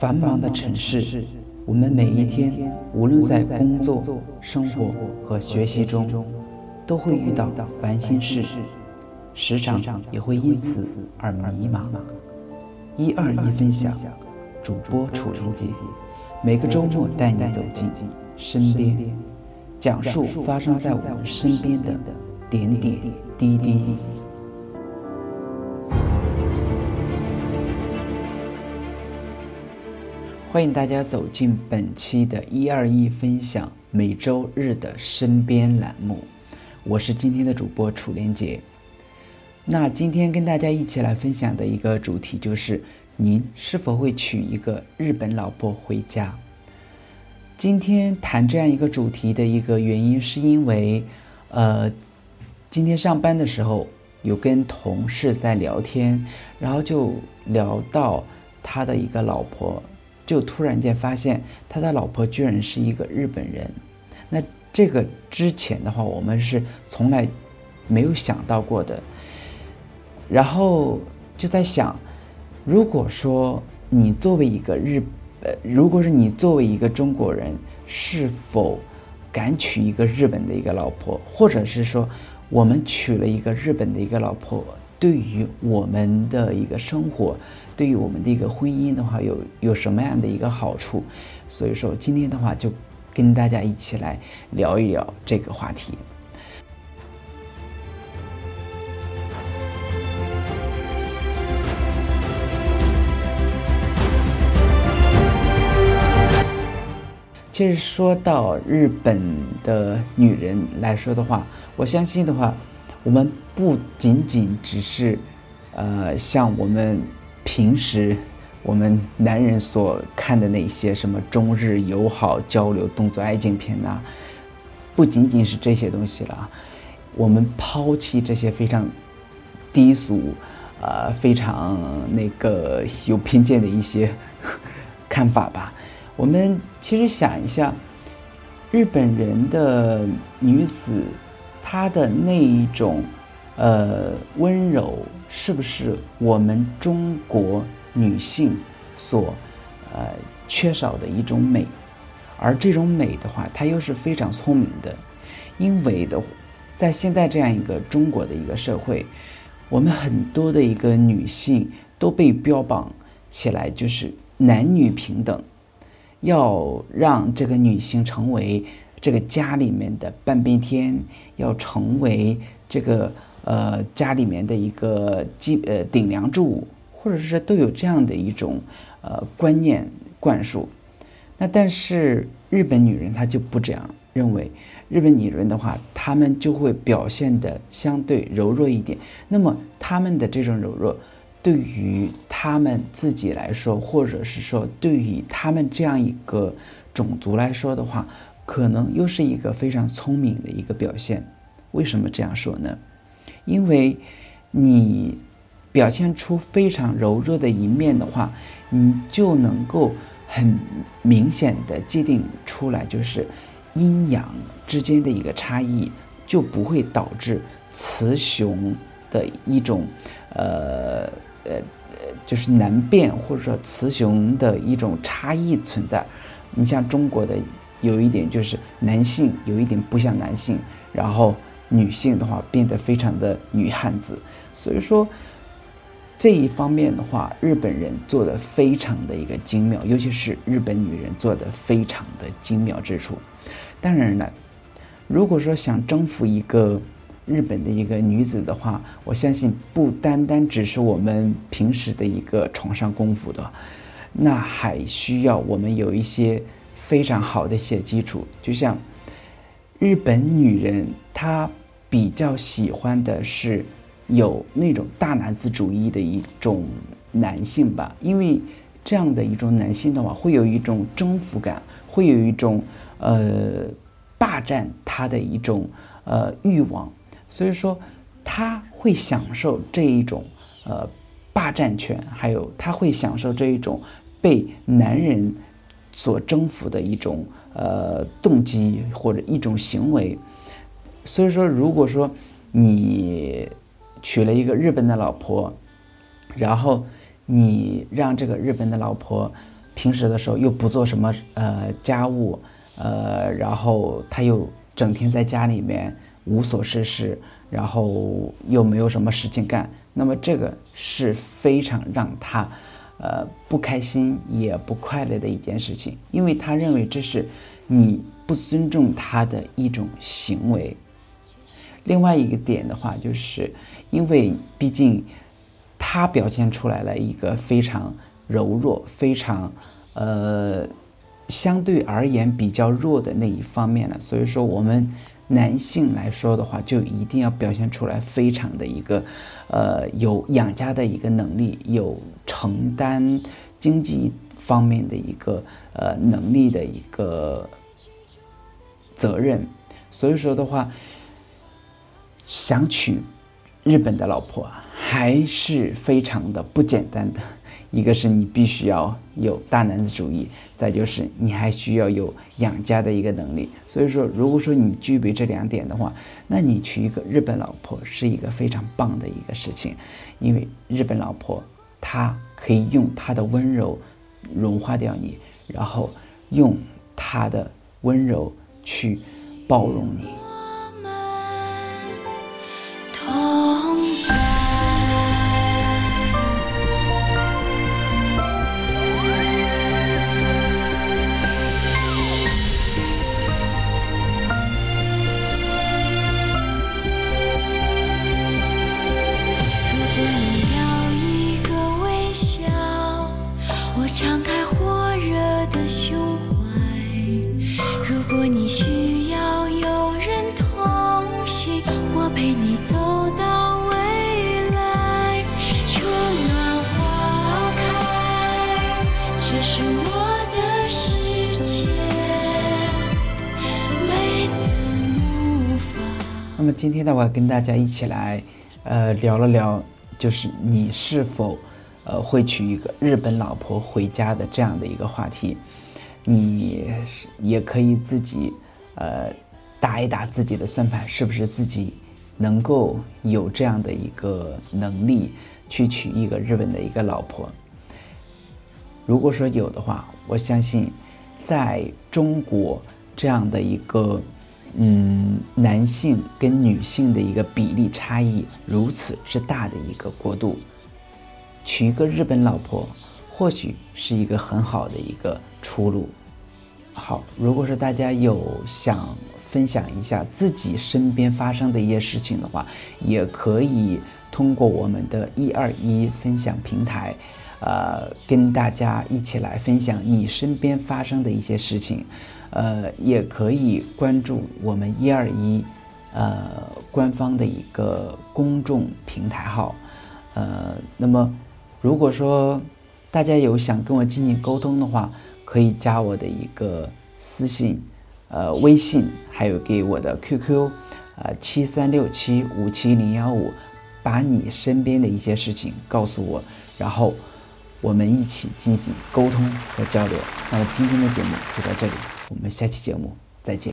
繁忙的城市，我们每一天，无论在工作、生活和学习中，都会遇到烦心事，时常也会因此而迷茫。121分享，主播楚林杰，每个周末带你走进身边，讲述发生在我们身边的点点滴滴。欢迎大家走进本期的121分享每周日的身边栏目，我是今天的主播楚连杰。那今天跟大家一起来分享的一个主题就是，您是否会娶一个日本老婆回家？今天谈这样一个主题的一个原因，是因为今天上班的时候有跟同事在聊天，然后就聊到他的一个老婆，就突然间发现他的老婆居然是一个日本人。那这个之前的话我们是从来没有想到过的，然后就在想，如果说你作为一个如果是你作为一个中国人，是否敢娶一个日本的一个老婆，或者是说我们娶了一个日本的一个老婆，对于我们的一个生活，对于我们的一个婚姻的话，有什么样的一个好处？所以说今天的话就跟大家一起来聊一聊这个话题。其实说到日本的女人来说的话，我相信的话，我们不仅仅只是像我们平时我们男人所看的那些什么中日友好交流动作爱情片呐，不仅仅是这些东西了。我们抛弃这些非常低俗非常有偏见的一些看法吧。我们其实想一下，日本人的女子，她的那一种温柔，是不是我们中国女性所缺少的一种美？而这种美的话，它又是非常聪明的，因为在现在这样一个中国的一个社会，我们很多的一个女性都被标榜起来就是男女平等，要让这个女性成为这个家里面的半边天，要成为这个家里面的一个顶梁柱，或者是都有这样的一种观念灌输。那但是日本女人她就不这样认为，日本女人的话，她们就会表现的相对柔弱一点。那么她们的这种柔弱，对于他们自己来说，或者是说对于他们这样一个种族来说的话，可能又是一个非常聪明的一个表现。为什么这样说呢？因为你表现出非常柔弱的一面的话，你就能够很明显的界定出来，就是阴阳之间的一个差异，就不会导致雌雄的一种就是难辨，或者说雌雄的一种差异存在。你像中国的有一点就是男性有一点不像男性，然后女性的话变得非常的女汉子。所以说这一方面的话，日本人做的非常的一个精妙，尤其是日本女人做的非常的精妙之处。当然了，如果说想征服一个日本的一个女子的话，我相信不单单只是我们平时的一个床上功夫的，那还需要我们有一些非常好的一些基础。就像日本女人，她比较喜欢的是有那种大男子主义的一种男性吧，因为这样的一种男性的话，会有一种征服感，会有一种霸占他的一种欲望。所以说他会享受这一种霸占权，还有他会享受这一种被男人所征服的一种动机或者一种行为。所以说如果说你娶了一个日本的老婆，然后你让这个日本的老婆平时的时候又不做什么家务，然后他又整天在家里面无所事事，然后又没有什么事情干，那么这个是非常让他不开心也不快乐的一件事情，因为他认为这是你不尊重他的一种行为。另外一个点的话，就是因为毕竟他表现出来了一个非常柔弱、非常相对而言比较弱的那一方面了，所以说我们男性来说的话，就一定要表现出来非常的一个有养家的一个能力，有承担经济方面的一个能力的一个责任。所以说的话，想娶日本的老婆还是非常的不简单的。一个是你必须要有大男子主义，再就是你还需要有养家的一个能力。所以说，如果说你具备这2点的话，那你娶一个日本老婆是一个非常棒的一个事情，因为日本老婆她可以用她的温柔融化掉你，然后用她的温柔去包容你。 敞开火热的胸怀，如果你需要有人同行，我陪你走到未来。春暖花开，这是我的世界，每次怒发。 那么今天呢，我要跟大家一起来聊了聊，就是你是否会娶一个日本老婆回家的这样的一个话题。你也可以自己打一打自己的算盘，是不是自己能够有这样的一个能力去娶一个日本的一个老婆。如果说有的话，我相信在中国这样的一个男性跟女性的一个比例差异如此之大的一个国度，娶一个日本老婆或许是一个很好的一个出路。好，如果说大家有想分享一下自己身边发生的一些事情的话，也可以通过我们的121分享平台跟大家一起来分享你身边发生的一些事情。也可以关注我们121官方的一个公众平台号。那么如果说大家有想跟我进行沟通的话，可以加我的一个私信微信，还有给我的 QQ7367570515，把你身边的一些事情告诉我，然后我们一起进行沟通和交流。那么今天的节目就到这里，我们下期节目再见。